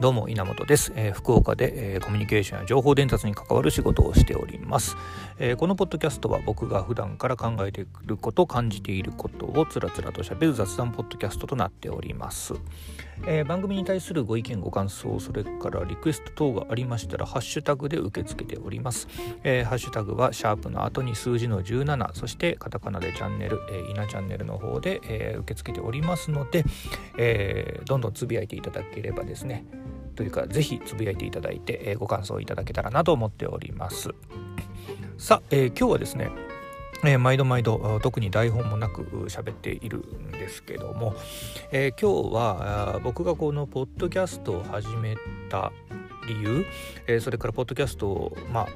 どうも稲本です。福岡で、コミュニケーションや情報伝達に関わる仕事をしております。このポッドキャストは僕が普段から考えていること、感じていることをつらつらと喋る雑談ポッドキャストとなっております。番組に対するご意見ご感想、それからリクエスト等がありましたらハッシュタグで受け付けております。ハッシュタグはシャープの後に数字の17、そしてカタカナでチャンネル、稲チャンネルの方で、受け付けておりますので、どんどんつぶやいていただければですね、というかぜひつぶやいていただいて、ご感想いただけたらなと思っております。さあ、今日はですね、毎度特に台本もなく喋っているんですけども、今日は僕がこのポッドキャストを始めた理由、それからポッドキャストをも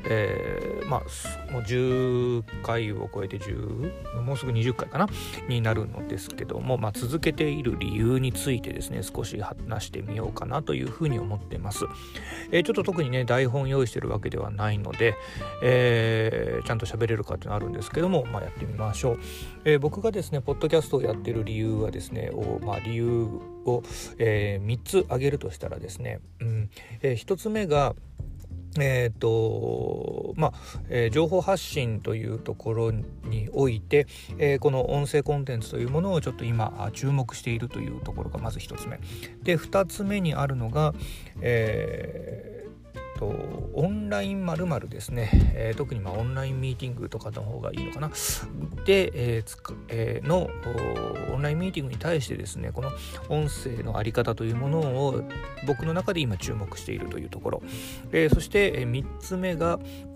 う10回を超えてもうすぐ20回かなになるのですけども、続けている理由についてですね、少し話してみようかなというふうに思っています。ちょっと特にね台本用意してるわけではないので、ちゃんと喋れるかっていうのあるんですけども、やってみましょう。僕がですねポッドキャストをやってる理由はですね理由を、3つ挙げるとしたらですね、1つ目が情報発信というところにおいて、この音声コンテンツというものをちょっと今注目しているというところがまず1つ目で、2つ目にあるのが、オンライン〇〇ですね、特にオンラインミーティングとかの方がいいのかなで、のオンラインミーティングに対してですね、この音声のあり方というものを僕の中で今注目しているというところ、そして、3つ目が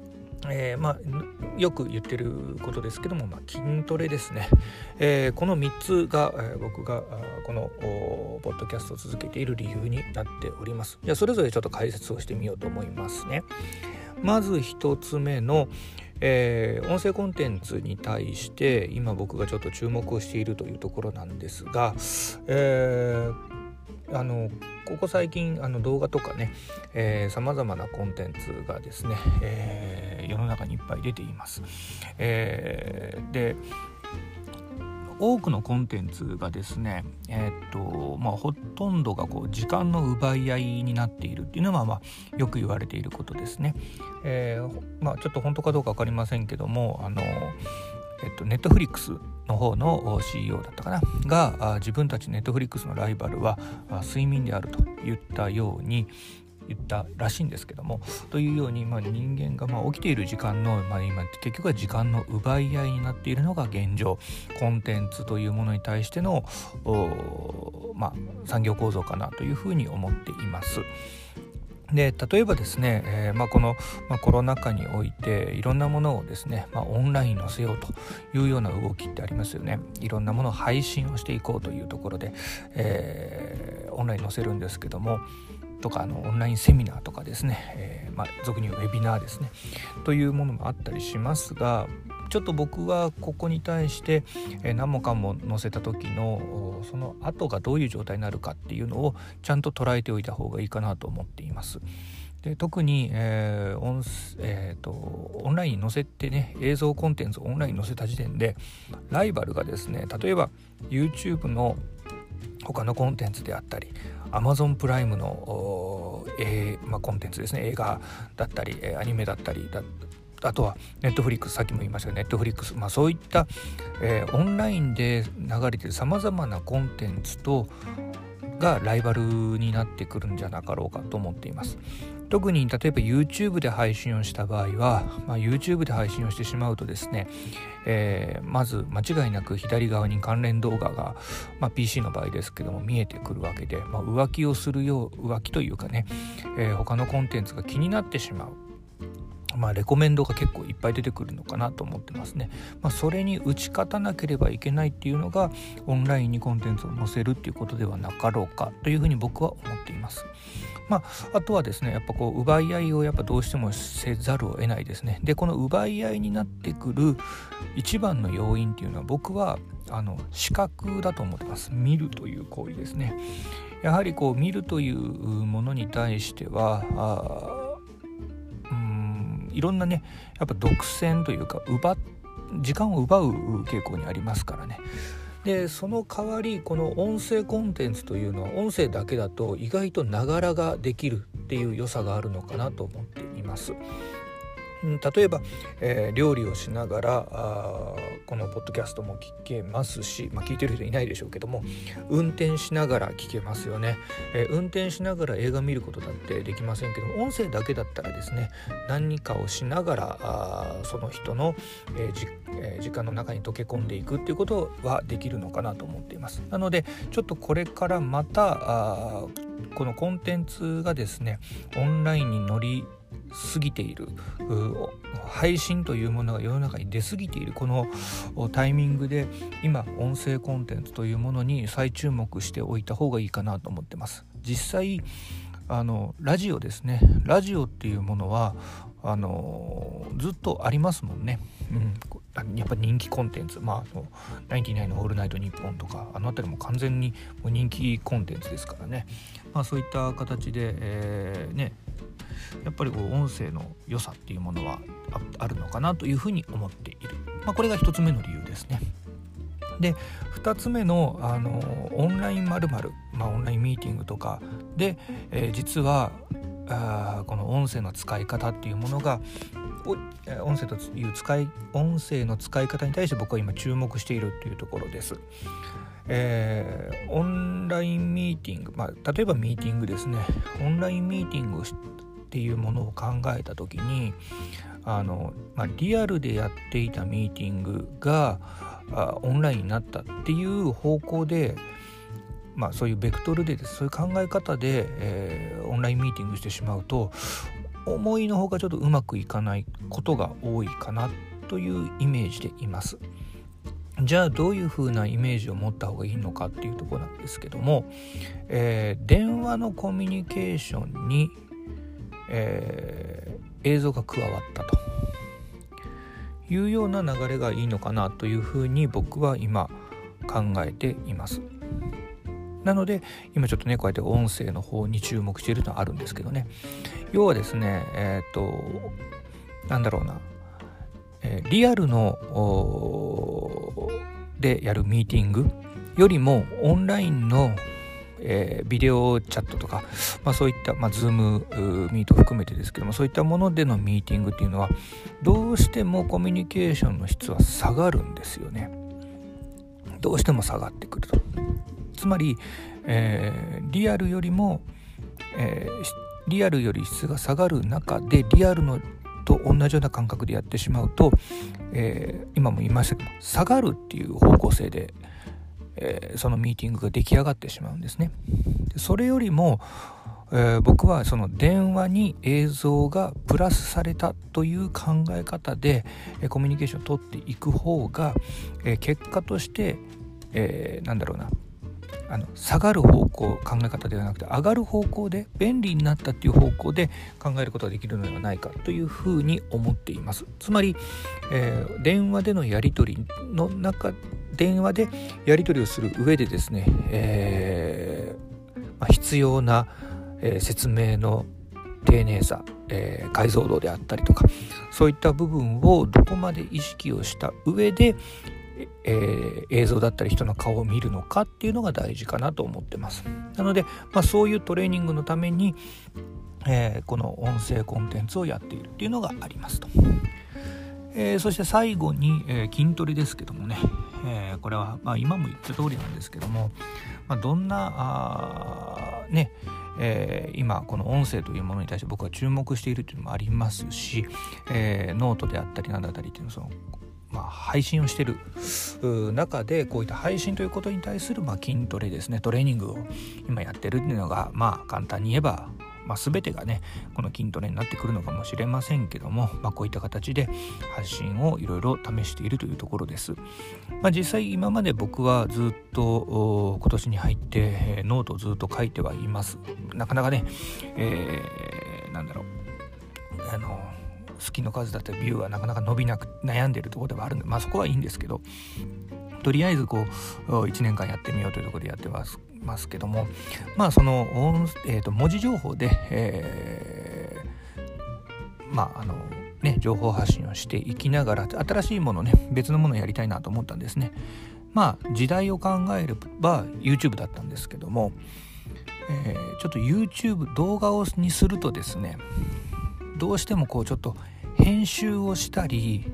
よく言ってることですけども、筋トレですね。この3つが、僕がこのポッドキャストを続けている理由になっております。じゃあそれぞれちょっと解説をしてみようと思いますね。まず1つ目の、音声コンテンツに対して今僕がちょっと注目をしているというところなんですが、ここ最近動画とかね、様々なコンテンツがですね、世の中にいっぱい出ています。で多くのコンテンツがですね、ほとんどが時間の奪い合いになっているっていうのはよく言われていることですね。ちょっと本当かどうか分かりませんけども、ネットフリックスの方の CEO だったかなが自分たちネットフリックスのライバルは睡眠であると言ったらしいんですけども、というように、人間が起きている時間の、今結局は時間の奪い合いになっているのが現状。コンテンツというものに対しての産業構造かなというふうに思っています。で例えばですね、この、コロナ禍においていろんなものをですね、オンラインに載せようというような動きってありますよね。いろんなものを配信をしていこうというところで、オンラインに載せるんですけどもとかオンラインセミナーとかですね、俗に言うウェビナーですねというものもあったりしますが、ちょっと僕はここに対して、何もかも載せた時のその後がどういう状態になるかっていうのをちゃんと捉えておいた方がいいかなと思っています。で特に、オンラインに載せてね、映像コンテンツをオンラインに載せた時点でライバルがですね、例えば YouTube の他のコンテンツであったり Amazon プライムの、コンテンツですね、映画だったりアニメだったりあとはネットフリックス、さっきも言いましたがネットフリックス、そういった、オンラインで流れているさまざまなコンテンツがライバルになってくるんじゃなかろうかと思っています。特に例えば YouTube で配信をした場合は、YouTube で配信をしてしまうとですね、まず間違いなく左側に関連動画が、PC の場合ですけども見えてくるわけで、浮気というかね、他のコンテンツが気になってしまう。レコメンドが結構いっぱい出てくるのかなと思ってますね。それに打ち勝たなければいけないっていうのがオンラインにコンテンツを載せるっていうことではなかろうかというふうに僕は思っています。あとはですね、やっぱ奪い合いをどうしてもせざるを得ないですね。でこの奪い合いになってくる一番の要因っていうのは僕は視覚だと思ってます。見るという行為ですね。やはり見るというものに対してはいろんなね、やっぱ独占というか時間を奪う傾向にありますからね。 でその代わりこの音声コンテンツというのは音声だけだと意外とながらができるっていう良さがあるのかなと思っています。例えば、料理をしながらこのポッドキャストも聞けますし、聞いてる人いないでしょうけども、運転しながら聞けますよね。運転しながら映画見ることだってできませんけど、音声だけだったらですね、何かをしながらその人の、時間の中に溶け込んでいくっていうことはできるのかなと思っています。なのでちょっとこれからまたこのコンテンツがですねオンラインに乗り過ぎている、配信というものが世の中に出過ぎているこのタイミングで、今音声コンテンツというものに再注目しておいた方がいいかなと思ってます。実際ラジオですね、ラジオっていうものはずっとありますもんね。やっぱ人気コンテンツ、ナインティナインのオールナイトニッポンとかあのあたりも完全に人気コンテンツですからね。そういった形で、やっぱり音声の良さっていうものはあるのかなというふうに思っている。これが一つ目の理由ですね。で2つ目の、オンライン〇〇、オンラインミーティングとかで、実はこの音声の使い方っていうものが音声の使い方に対して僕は今注目しているというところです。オンラインミーティング、例えばミーティングですね。オンラインミーティングっていうものを考えたときにリアルでやっていたミーティングがオンラインになったっていう方向で、そういうベクトルでそういう考え方で、オンラインミーティングしてしまうと思いのほかちょっとうまくいかないことが多いかなというイメージでいます。じゃあどういう風なイメージを持った方がいいのかっていうところなんですけども、電話のコミュニケーションに、映像が加わったというような流れがいいのかなというふうに僕は今考えています。なので今ちょっとねこうやって音声の方に注目しているのはあるんですけどね。要はですねリアルのでやるミーティングよりもオンラインのビデオチャットとか、そういった、ズームミート含めてですけども、そういったものでのミーティングっていうのはどうしてもコミュニケーションの質は下がるんですよね。どうしても下がってくると。つまり、リアルより質が下がる中でリアルのと同じような感覚でやってしまうと、今も言いましたけど下がるっていう方向性でそのミーティングが出来上がってしまうんですね。それよりも、僕はその電話に映像がプラスされたという考え方でコミュニケーションを取っていく方が、結果として、下がる方向考え方ではなくて上がる方向で便利になったっていう方向で考えることができるのではないかというふうに思っています。つまり、電話でのやり取りの中電話でやり取りをする上でですね、必要な、説明の丁寧さ、解像度であったりとかそういった部分をどこまで意識をした上で、映像だったり人の顔を見るのかっていうのが大事かなと思ってます。なので、そういうトレーニングのために、この音声コンテンツをやっているっていうのがありますと。そして最後に、筋トレですけどもね、これは、今も言った通りなんですけども、どんな今この音声というものに対して僕は注目しているというのもありますし、ノートであったりなんだったりっていうのを配信をしている中でこういった配信ということに対する筋トレですね、トレーニングを今やってるっていうのが簡単に言えば全てがねこの筋トレになってくるのかもしれませんけども、こういった形で発信をいろいろ試しているというところです。実際今まで僕はずっと今年に入ってノートをずっと書いてはいます。なかなかね、好きの数だったりビューはなかなか伸びなく悩んでいるところではあるので、そこはいいんですけど、とりあえず1年間やってみようというところでやってますけども、その文字情報で、情報発信をしていきながら新しいものね別のものをやりたいなと思ったんですね。 時代を考えれば YouTube だったんですけども、ちょっと YouTube 動画にするとですね、どうしてもちょっと編集をしたり、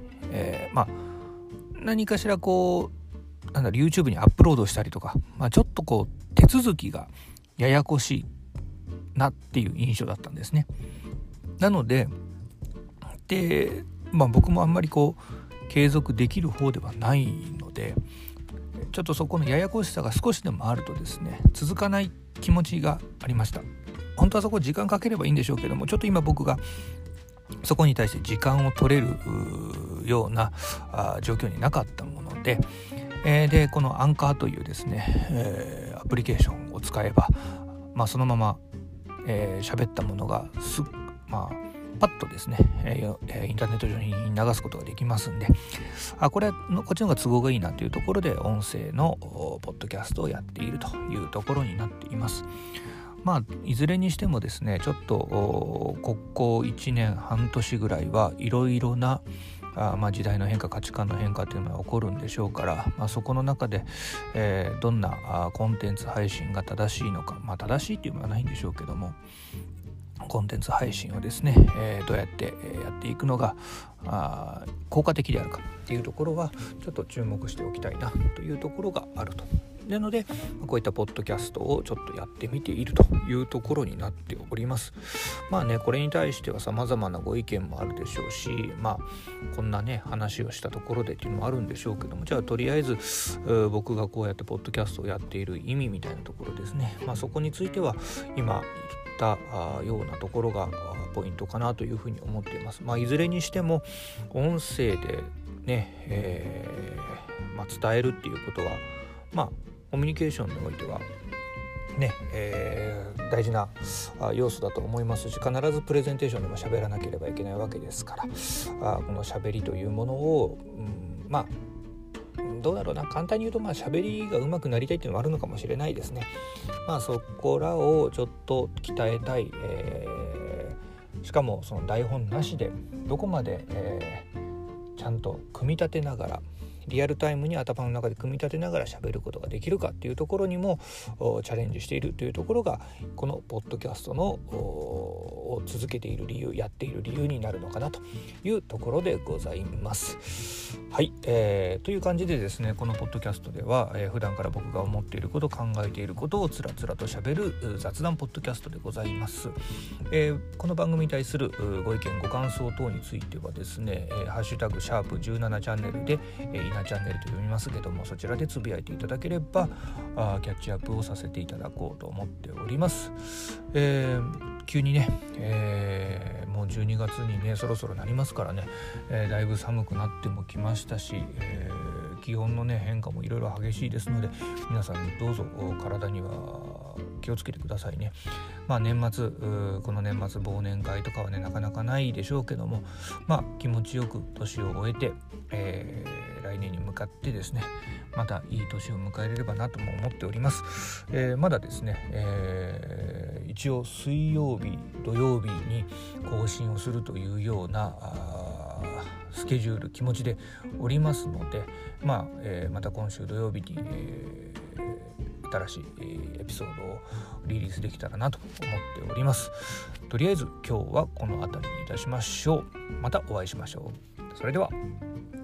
何かしらYouTube にアップロードしたりとか、ちょっと手続きがややこしいなっていう印象だったんですね。なので僕もあんまり継続できる方ではないので、ちょっとそこのややこしさが少しでもあるとですね、続かない気持ちがありました。本当はそこ時間かければいいんでしょうけども、ちょっと今僕がそこに対して時間を取れるような状況になかったもので、でこのアンカーというですね、アプリケーションを使えば、そのまま喋ったものがパッとですね、インターネット上に流すことができますんで、こっちの方が都合がいいなというところで音声のポッドキャストをやっているというところになっています。いずれにしてもですね、ちょっとここ1年半年ぐらいはいろいろな時代の変化、価値観の変化というのが起こるんでしょうから、そこの中で、どんなコンテンツ配信が正しいのか、正しいっていうのはないんでしょうけども、コンテンツ配信をですね、どうやってやっていくのが効果的であるかっていうところはちょっと注目しておきたいなというところがあると。なのでこういったポッドキャストをちょっとやってみているというところになっております。これに対しては様々なご意見もあるでしょうし、こんなね話をしたところでっていうのもあるんでしょうけども、じゃあとりあえず僕がこうやってポッドキャストをやっている意味みたいなところですね、そこについては今言ったようなところがポイントかなというふうに思っています。いずれにしても音声でね、伝えるっていうことはコミュニケーションにおいてはね、大事な要素だと思いますし、必ずプレゼンテーションでも喋らなければいけないわけですから、この喋りというものを、どうだろうな、簡単に言うと喋りが上手くなりたいっていうのもあるのかもしれないですね。そこらをちょっと鍛えたい、しかもその台本なしでどこまで、ちゃんと組み立てながらリアルタイムに頭の中で組み立てながら喋ることができるかっていうところにもチャレンジしているというところが、このポッドキャストのを続けている理由、やっている理由になるのかなというところでございます。はい、という感じでですね、このポッドキャストでは、普段から僕が思っていること、考えていることをつらつらと喋る雑談ポッドキャストでございます。この番組に対するご意見ご感想等についてはですね、ハッシュタグ#17チャンネルで稲チャンネルと読みますけども、そちらでつぶやいていただければキャッチアップをさせていただこうと思っております。急にね、もう12月にねそろそろなりますからね、だいぶ寒くなってもきましたし、気温のね変化もいろいろ激しいですので、皆さんどうぞ体には気をつけてくださいね。年末、この年末忘年会とかはねなかなかないでしょうけども、気持ちよく年を終えて、来年に向かってですね、またいい年を迎えれればなとも思っております。まだですね、一応水曜日土曜日に更新をするというようなスケジュール気持ちでおりますので、また今週土曜日に、新しいエピソードをリリースできたらなと思っております。とりあえず今日はこの辺りにいたしましょう。またお会いしましょう。それでは。